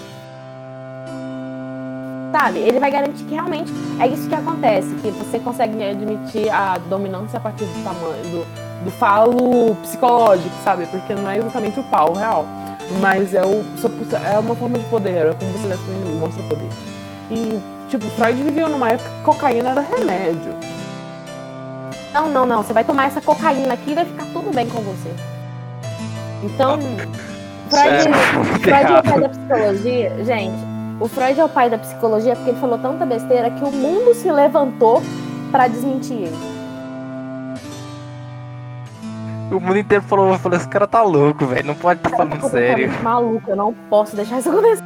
Sabe, ele vai garantir que realmente é isso que acontece, que você consegue admitir a dominância a partir do tamanho, do falo psicológico, sabe? Porque não é exatamente o pau real, mas é uma forma de poder, é como você mostra poder. E, tipo, Freud viveu numa época que cocaína era remédio. Não, você vai tomar essa cocaína aqui e vai ficar tudo bem com você. Então, Freud é o pai da psicologia, gente. O Freud é o pai da psicologia porque ele falou tanta besteira que o mundo se levantou pra desmentir ele. O mundo inteiro falou, esse cara tá louco, velho, não pode estar falando sério. Maluco, eu não posso deixar isso acontecer.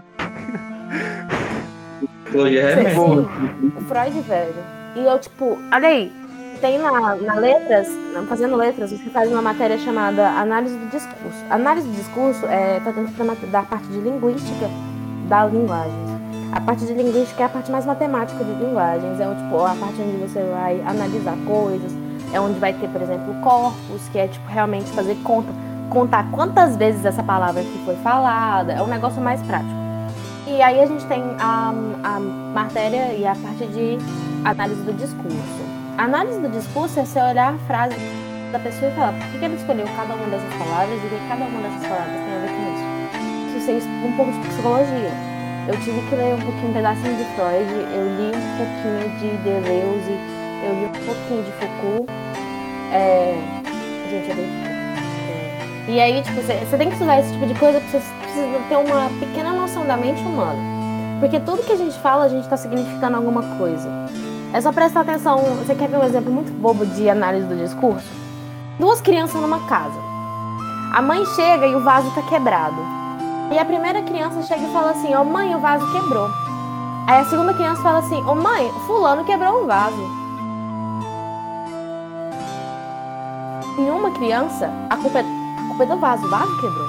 O Freud, velho. E eu, tipo, olha aí, tem na letras, fazendo letras, você faz uma matéria chamada Análise do Discurso. Análise do Discurso tá dentro da parte de linguística da linguagem. A parte de linguística é a parte mais matemática de linguagens, tipo, a parte onde você vai analisar coisas, é onde vai ter, por exemplo, corpus, que é tipo realmente fazer contar quantas vezes essa palavra aqui foi falada, é um negócio mais prático. E aí a gente tem a matéria e a parte de análise do discurso. A análise do discurso é você olhar a frase da pessoa e falar por que ele escolheu cada uma dessas palavras e o que cada uma dessas palavras tem a ver com isso. Isso é um pouco de psicologia. Eu tive que ler um pedacinho de Freud, eu li um pouquinho de Deleuze, eu li um pouquinho de Foucault. Gente, eu li Foucault. E aí, tipo, você tem que estudar esse tipo de coisa porque você precisa ter uma pequena noção da mente humana. Porque tudo que a gente fala, a gente tá significando alguma coisa. É só prestar atenção. Você quer ver um exemplo muito bobo de análise do discurso? 2 crianças numa casa. A mãe chega e o vaso tá quebrado. E a primeira criança chega e fala assim, mãe, o vaso quebrou. Aí a segunda criança fala assim, mãe, fulano quebrou o vaso. Em uma criança, a culpa é do vaso, o vaso quebrou.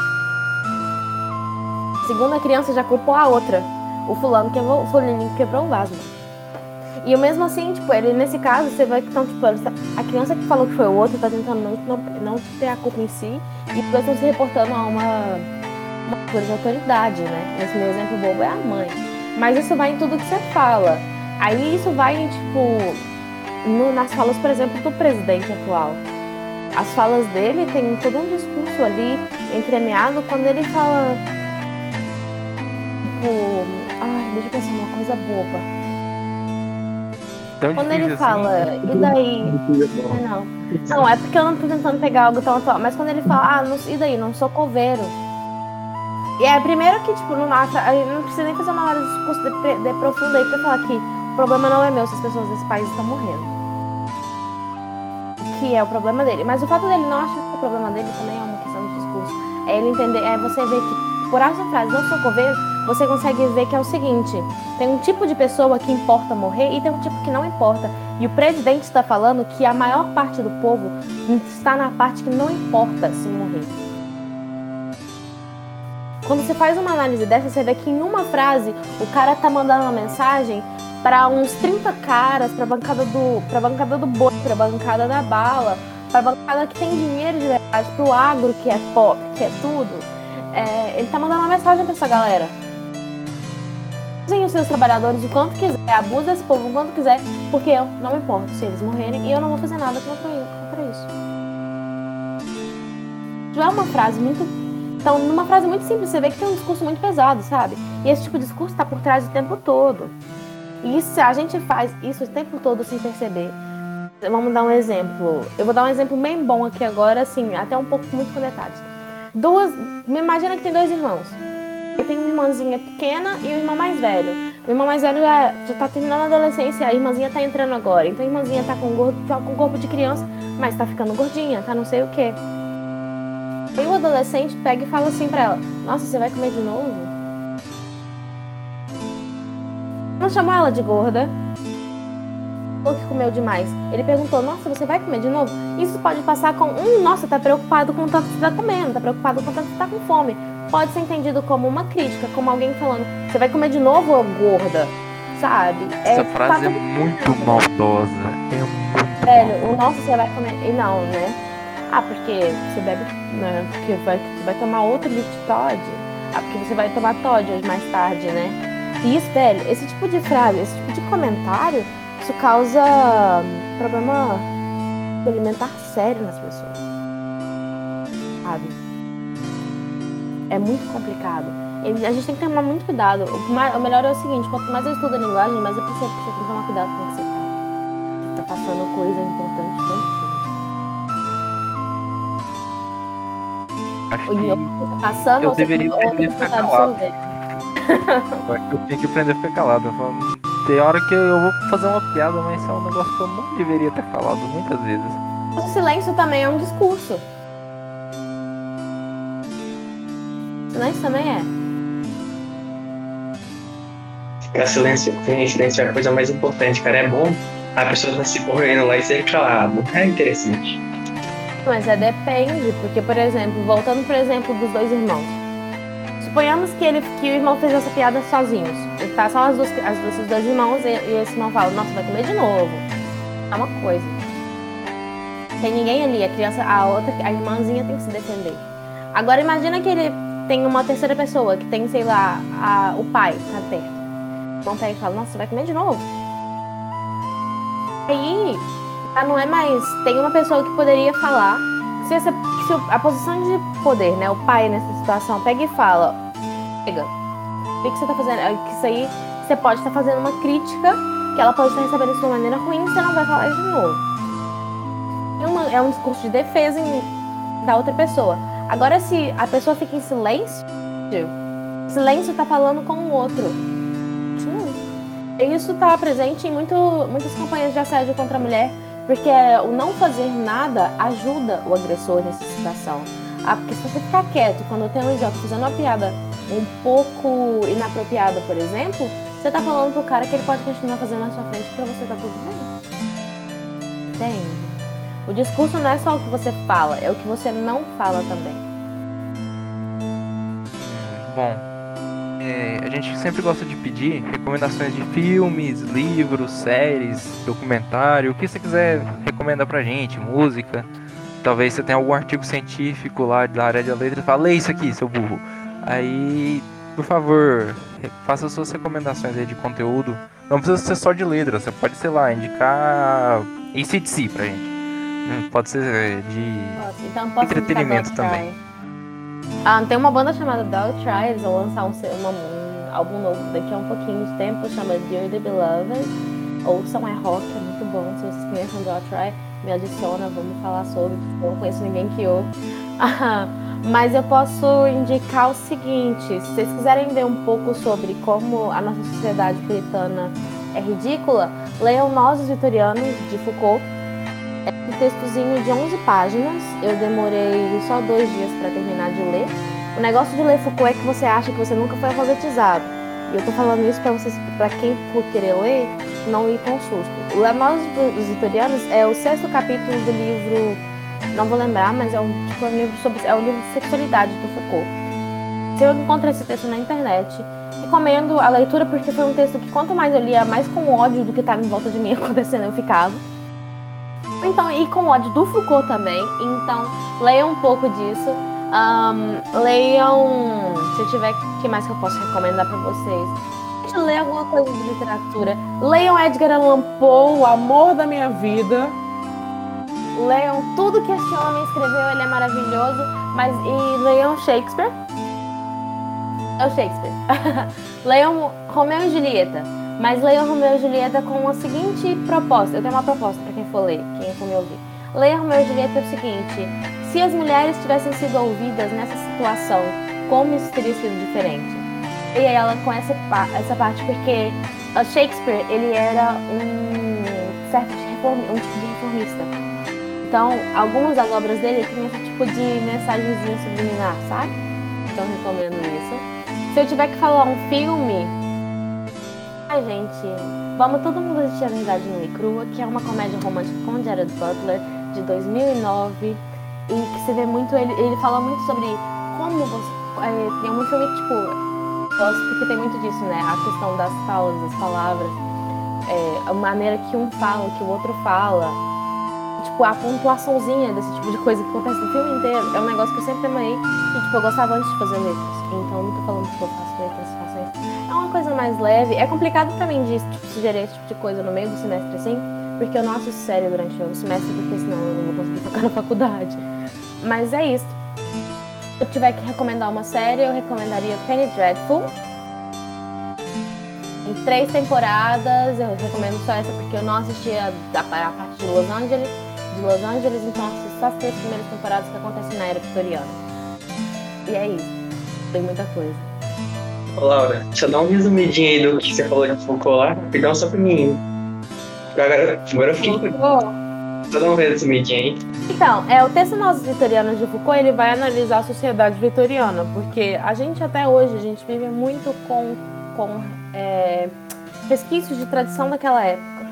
A segunda criança já culpou a outra. O fulaninho quebrou o vaso. E mesmo assim, tipo, ele nesse caso, você vai que então, tipo, a criança que falou que foi o outro tá tentando não ter a culpa em si, e eles estão se reportando a uma coisa de autoridade, né? Esse meu exemplo bobo é a mãe. Mas isso vai em tudo que você fala. Aí isso vai, tipo, nas falas, por exemplo, do presidente atual. As falas dele tem todo um discurso ali entremeado quando ele fala, tipo, deixa eu pensar uma coisa boba. Quando ele fala, e daí? Não, é porque eu não tô tentando pegar algo tão atual, mas quando ele fala, e daí? Não sou coveiro. E é primeiro que, tipo, a gente não precisa nem fazer uma análise de discurso de profunda aí pra falar que o problema não é meu se as pessoas desse país estão morrendo. Que é o problema dele. Mas o fato dele não achar que o problema dele também é uma questão de discurso. É ele entender, você ver que, por essa frase, não sou coveiro, você consegue ver que é o seguinte, tem um tipo de pessoa que importa morrer e tem um tipo que não importa. E o presidente está falando que a maior parte do povo está na parte que não importa se morrer. Quando você faz uma análise dessa, você vê que em uma frase, o cara tá mandando uma mensagem para uns 30 caras, pra bancada do boi, pra bancada da bala, pra bancada que tem dinheiro de verdade, pro agro que é pop, que é tudo. Ele tá mandando uma mensagem pra essa galera. Usem os seus trabalhadores o quanto quiser, abuse esse povo o quanto quiser, porque eu não me importo se eles morrerem e eu não vou fazer nada contra isso. é uma frase muito... Então, numa frase muito simples, você vê que tem um discurso muito pesado, sabe? E esse tipo de discurso tá por trás o tempo todo. E se a gente faz isso o tempo todo sem perceber... Vamos dar um exemplo. Eu vou dar um exemplo bem bom aqui agora, assim, até um pouco muito com detalhes. Me imagina que tem 2 irmãos. Tem uma irmãzinha pequena e um irmão mais velho. O irmão mais velho já tá terminando a adolescência, a irmãzinha tá entrando agora. Então a irmãzinha tá com corpo de criança, mas tá ficando gordinha, tá não sei o quê. Aí o adolescente pega e fala assim pra ela: nossa, você vai comer de novo? Não chamou ela de gorda. Falou que comeu demais. Ele perguntou: nossa, você vai comer de novo? Isso pode passar com nossa, tá preocupado com o tanto que você tá comendo, tá preocupado com o tanto que você tá com fome. Pode ser entendido como uma crítica, como alguém falando: você vai comer de novo, ô gorda? Sabe? Essa frase é muito maldosa. É muito velho, o nossa, você vai comer... E não, né? Ah, porque você bebe... Né? Porque vai tomar outro litro de Todd. Ah, porque você vai tomar Todd hoje mais tarde, né? E isso, velho, esse tipo de frase, esse tipo de comentário, isso causa problema alimentar sério nas pessoas. Sabe? É muito complicado. A gente tem que tomar muito cuidado. O melhor é o seguinte: quanto mais eu estudo a linguagem, mais eu percebo que você tem que tomar cuidado com o que você tá passando coisa importante, né? Acho que passando, eu deveria aprender a ficar calado. Eu tenho que aprender a ficar calado. Tem hora que eu vou fazer uma piada, mas é um negócio que eu não deveria ter falado muitas vezes. O silêncio também é um discurso. O silêncio também é. Ficar silêncio é a coisa mais importante, cara. É bom a pessoa tá se correndo lá e ser calado. É interessante. Mas depende, porque, por exemplo, voltando pro exemplo dos 2 irmãos. Suponhamos que o irmão fez essa piada sozinhos. Ele tá só esses 2 irmãos e esse irmão fala: nossa, vai comer de novo. É uma coisa. Tem ninguém ali, a irmãzinha tem que se defender. Agora imagina que ele tem uma terceira pessoa, que tem, sei lá, o pai tá perto. O irmão pega e fala: nossa, você vai comer de novo. Aí, não é mais... Tem uma pessoa que poderia falar... Se a posição de poder, né, o pai nessa situação, pega e fala: chega, o que você tá fazendo? Que isso aí, você pode estar fazendo uma crítica, que ela pode estar recebendo isso de uma maneira ruim, e você não vai falar de novo. É um discurso de defesa da outra pessoa. Agora, se a pessoa fica em silêncio, o silêncio tá falando com o outro. E isso tá presente em muitas campanhas de assédio contra a mulher, porque o não fazer nada ajuda o agressor nessa situação. Porque se você ficar quieto quando tem um idiota fazendo uma piada um pouco inapropriada, por exemplo, você tá falando pro cara que ele pode continuar fazendo na sua frente pra você tá tudo bem. Entende? O discurso não é só o que você fala, é o que você não fala também. Bom, a gente sempre gosta de pedir recomendações de filmes, livros, séries, documentário, o que você quiser recomendar pra gente, música. Talvez você tenha algum artigo científico lá da área de letras e fala: lê isso aqui, seu burro. Aí, por favor, faça suas recomendações aí de conteúdo. Não precisa ser só de letras, você pode, sei lá, indicar AC/DC pra gente. Pode ser de entretenimento também. Tem uma banda chamada Doubtfire, eles vão lançar um álbum novo daqui a um pouquinho de tempo, chama Dear the Beloved. Ouçam, é rock, é muito bom. Se vocês conhecem Doubtfire, me adiciona, vamos falar sobre. Eu não conheço ninguém que ouve. Mas eu posso indicar o seguinte: se vocês quiserem ver um pouco sobre como a nossa sociedade puritana é ridícula, leiam Nós os Vitorianos, de Foucault. É um textozinho de 11 páginas. Eu demorei só 2 dias para terminar de ler. O negócio de ler Foucault é que você acha que você nunca foi alfabetizado. E eu tô falando isso para quem for querer ler, não ir com susto. O Nós os Vitorianos é o 6º capítulo do livro, não vou lembrar, mas é um livro de sexualidade do Foucault. Eu encontrei esse texto na internet. Recomendo a leitura porque foi um texto que, quanto mais eu lia, mais com ódio do que estava em volta de mim acontecendo eu ficava. Então, e com ódio do Foucault também. Então, leiam um pouco disso. Leiam... Se tiver, o que mais que eu posso recomendar pra vocês? Leiam alguma coisa de literatura. Leiam Edgar Allan Poe, O Amor da Minha Vida. Leiam tudo que esse homem escreveu, ele é maravilhoso. E leiam Shakespeare. É o Shakespeare. Leiam Romeu e Julieta. Mas leiam Romeu e Julieta com a seguinte proposta. Eu tenho uma proposta para quem for ler, quem for me ouvir. Leia Romeu e Julieta é o seguinte: se as mulheres tivessem sido ouvidas nessa situação, como isso teria sido diferente? E aí ela com essa parte, porque Shakespeare, ele era um tipo de reformista. Então, algumas das obras dele tinham esse tipo de mensagenzinha subliminar, sabe? Então, recomendo isso. Se eu tiver que falar um filme, gente, vamos todo mundo assistir A Verdade Nua e Crua, que é uma comédia romântica com Gerard Butler, de 2009, e que você vê muito, ele fala muito sobre como você... tem um filme que, tipo, gosto porque tem muito disso, né? A questão das falas, das palavras, a maneira que um fala, que o outro fala, tipo, a pontuaçãozinha desse tipo de coisa que acontece no filme inteiro, é um negócio que eu sempre amei e, tipo, eu gostava antes de fazer letras. Então, eu não tô falando que eu faço letras, faço isso. É uma coisa mais leve. É complicado pra mim de tipo, sugerir esse tipo de coisa no meio do semestre, assim, porque eu não assisto série durante o semestre, porque senão eu não vou conseguir focar na faculdade. Mas é isso. Se eu tiver que recomendar uma série, eu recomendaria Penny Dreadful. Em 3 temporadas, eu recomendo só essa porque eu não assisti a parte de Los Angeles, então assisti só as 3 primeiras temporadas que acontecem na era vitoriana. E é isso. Tem muita coisa. Ô, Laura, deixa eu dar um resumidinho aí do que você falou de Foucault lá, rapidão só pra mim. Agora eu fiquei. Só dar um resumidinho aí. Então, o texto Nós Vitorianos de Foucault, ele vai analisar a sociedade vitoriana, porque a gente até hoje, a gente vive muito com resquícios de tradição daquela época.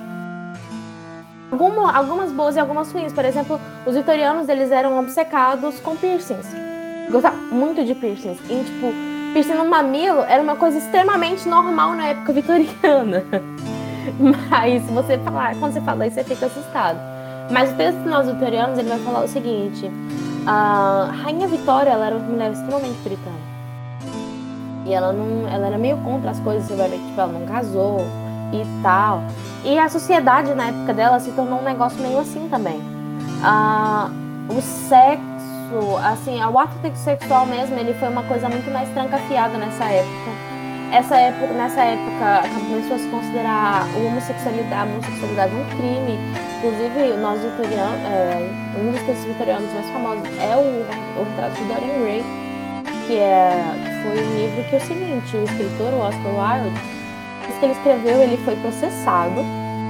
Algumas boas e algumas ruins. Por exemplo, os vitorianos, eles eram obcecados com piercings. Gostavam muito de piercings. E, tipo, piercing no mamilo era uma coisa extremamente normal na época vitoriana. Mas quando você fala isso, você fica assustado. Mas o texto de Nós Vitorianos, ele vai falar o seguinte: a Rainha Vitória, ela era uma mulher extremamente puritana. E ela era meio contra as coisas, você vai ver que tipo, ela não casou e tal. E a sociedade na época dela se tornou um negócio meio assim também. O sexo, assim, o ato sexual mesmo, ele foi uma coisa muito mais trancafiada nessa época. Nessa época, começou a se considerar a homossexualidade um crime. Inclusive, nós vitorianos, um dos textos vitorianos mais famosos é o retrato de Dorian Gray, que foi um livro que é o seguinte: o escritor, o Oscar Wilde, que ele escreveu, ele foi processado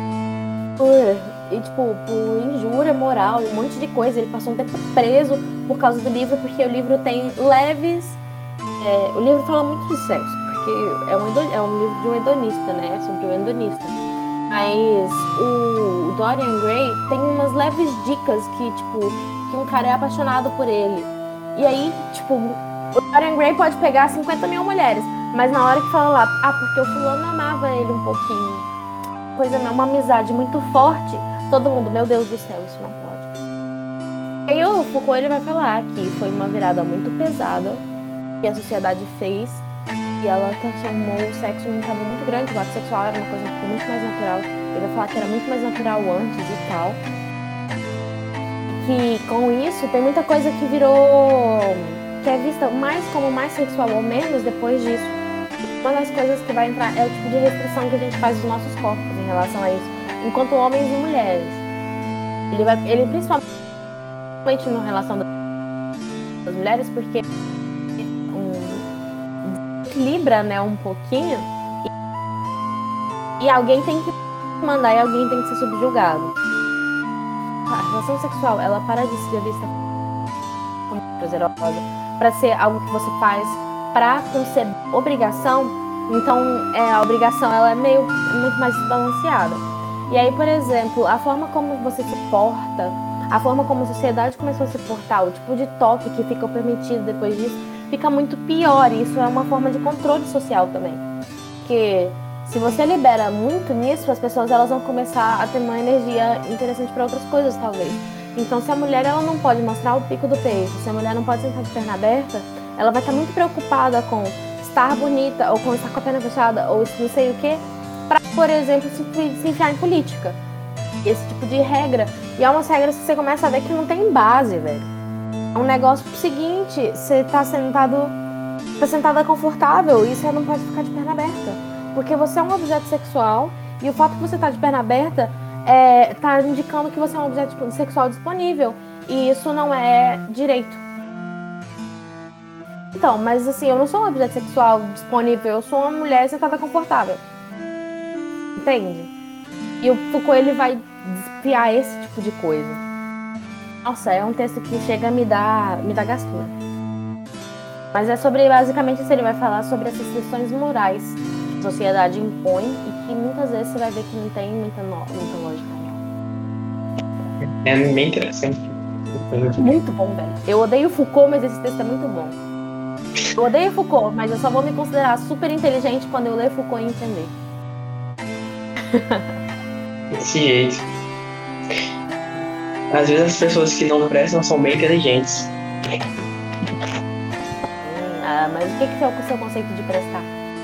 por injúria moral, um monte de coisa. Ele passou um tempo preso por causa do livro, porque o livro tem leves... o livro fala muito de sexo, porque é um livro de um hedonista, né? Sobre um hedonista. Mas o Dorian Gray tem umas leves dicas que um cara é apaixonado por ele. E aí, tipo, o Dorian Gray pode pegar 50 mil mulheres, mas na hora que fala lá, porque o fulano amava ele um pouquinho, uma amizade muito forte, todo mundo, meu Deus do céu, isso não pode. Aí o Foucault, ele vai falar que foi uma virada muito pesada que a sociedade fez, e ela transformou o sexo num tabu muito grande. O ato sexual era uma coisa muito mais natural. Ele vai falar que era muito mais natural antes e tal. Que com isso tem muita coisa que que é vista mais como mais sexual ou menos depois disso. Uma das coisas que vai entrar é o tipo de restrição que a gente faz dos nossos corpos em relação a isso, enquanto homens e mulheres. Ele principalmente na relação das mulheres, porque equilibra, né, um pouquinho, e alguém tem que mandar e alguém tem que ser subjugado. A relação sexual, ela para de ser vista como prazerosa, para ser algo que você faz para ser obrigação. Então a obrigação, ela é muito mais desbalanceada. E aí, por exemplo, a forma como você se porta, a forma como a sociedade começou a se portar, o tipo de toque que ficou permitido depois disso, fica muito pior. E isso é uma forma de controle social também. Porque se você libera muito nisso, as pessoas elas vão começar a ter uma energia interessante para outras coisas, talvez. Então, se a mulher ela não pode mostrar o pico do peito, se a mulher não pode sentar de perna aberta, ela vai estar muito preocupada com estar bonita, ou com estar com a perna fechada, ou não sei o quê, para, por exemplo, se enfiar em política. Esse tipo de regra E é umas regras que você começa a ver que não tem base, velho. É um negócio seguinte, você tá sentada confortável e você não pode ficar de perna aberta. Porque você é um objeto sexual e o fato de você tá de perna aberta tá indicando que você é um objeto sexual disponível. E isso não é direito. Então, mas assim, eu não sou um objeto sexual disponível, eu sou uma mulher sentada confortável. Entende? E o Foucault, ele vai desafiar esse tipo de coisa. Nossa, é um texto que chega a me dar gastura. Mas é sobre, basicamente, ele vai falar sobre essas questões morais que a sociedade impõe e que muitas vezes você vai ver que não tem muita lógica real. É bem interessante. Muito bom, velho. Eu odeio Foucault, mas esse texto é muito bom. Eu odeio Foucault, mas eu só vou me considerar super inteligente quando eu ler Foucault e entender. Desse jeito. Às vezes as pessoas que não prestam são bem inteligentes. Mas o que é o seu conceito de prestar?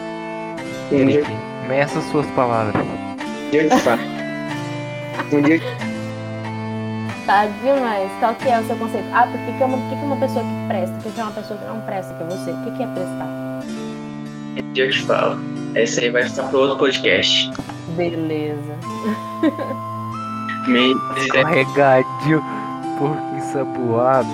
Meça suas palavras. Eu te falo. Um dia Tá demais. Qual que é o seu conceito? Por que é uma pessoa que presta? Por que é uma pessoa que não presta pra você? O que é prestar? eu te falo. Esse aí vai ficar pro outro podcast. Beleza. Escorregadio, porco ensaboado.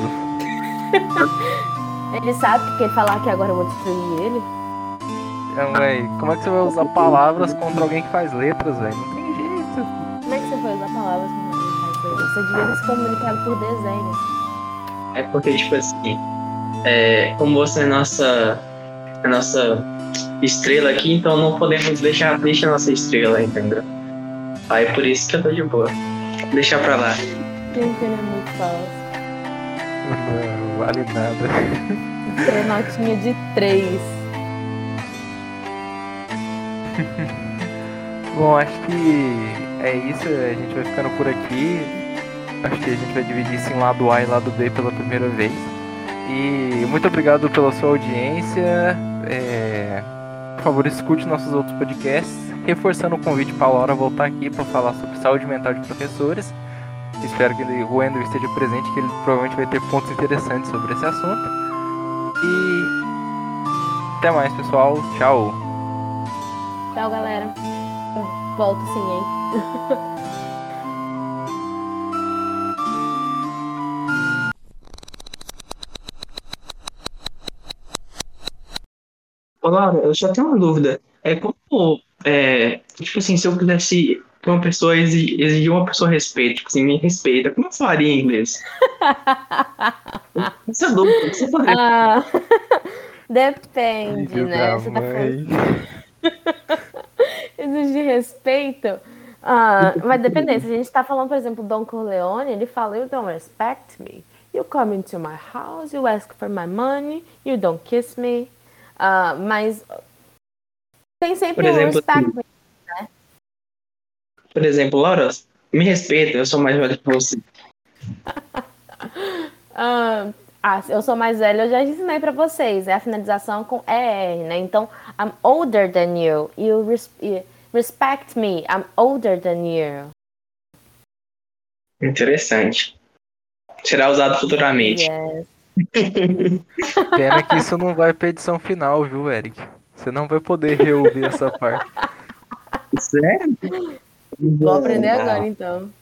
Ele sabe que ele falar que agora eu vou destruir ele? Véi, como é que você vai usar palavras contra alguém que faz letras, velho? Não tem jeito. Como é que você vai usar palavras contra alguém que faz letras? Você devia se comunicar por desenhos. É porque, tipo assim, como você é a nossa estrela aqui, então não podemos deixar a nossa estrela, entendeu? Aí por isso que eu tô de boa. Deixar pra lá. Gente, ele é muito falso. Não vale nada. Tem notinha de 3. Bom, acho que é isso. A gente vai ficando por aqui. Acho que a gente vai dividir isso em lado A e lado B pela primeira vez. E muito obrigado pela sua audiência. Por favor, escute nossos outros podcasts. Reforçando o convite para a Laura voltar aqui para falar sobre saúde mental de professores. Espero que o Wendel esteja presente, que ele provavelmente vai ter pontos interessantes sobre esse assunto. E até mais, pessoal. Tchau. Tchau, galera. Eu volto sim, hein? Ô, Laura, eu só tenho uma dúvida. Tipo assim, se eu quisesse que uma pessoa exigir uma pessoa respeito, tipo assim, me respeita, como eu falaria em inglês? Essa é dúvida, o que você faria? Depende, Filho né? da Você tá mãe. exigir respeito. Vai depender. Se a gente tá falando, por exemplo, Don Corleone, ele fala, you don't respect me. You come into my house, you ask for my money, you don't kiss me. Mas tem sempre Por exemplo, respect. Por exemplo, Laura, me respeita, eu sou mais velho que você. Eu sou mais velha, eu já ensinei pra vocês. É a finalização com ER, né? Então, I'm older than you. You respect me. I'm older than you. Interessante. Será usado futuramente. Yes. Pena que isso não vai pra edição final, viu, Eric? Você não vai poder reouvir essa parte. Sério? Vou aprender agora, então.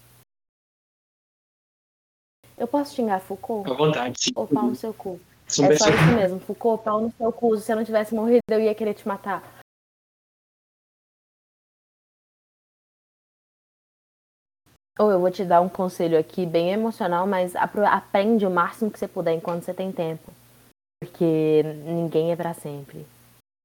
Eu posso xingar Foucault? À vontade, sim. Ou pau no seu cu? São É só pessoas- isso mesmo. Foucault, pau no seu cu. Se eu não tivesse morrido, eu ia querer te matar. Ou eu vou te dar um conselho aqui bem emocional, mas aprende o máximo que você puder enquanto você tem tempo. Porque ninguém é pra sempre.